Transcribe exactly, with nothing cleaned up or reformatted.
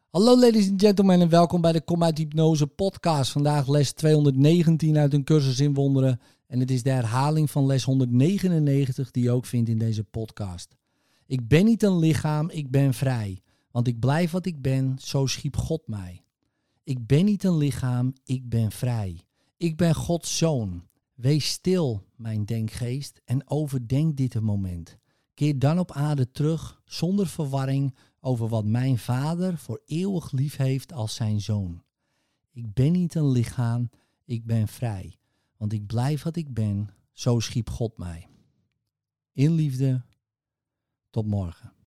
Hallo ladies and gentlemen en welkom bij de Kom uit Hypnose podcast. Vandaag les tweehonderdnegentien uit een cursus in wonderen. En het is de herhaling van les honderdnegenennegentig die je ook vindt in deze podcast. Ik ben niet een lichaam, ik ben vrij. Want ik blijf wat ik ben, zo schiep God mij. Ik ben niet een lichaam, ik ben vrij. Ik ben Gods zoon. Wees stil, mijn denkgeest, en overdenk dit moment. Keer dan op aarde terug, zonder verwarring, over wat mijn vader voor eeuwig lief heeft als zijn zoon. Ik ben niet een lichaam, ik ben vrij. Want ik blijf wat ik ben, zo schiep God mij. In liefde, tot morgen.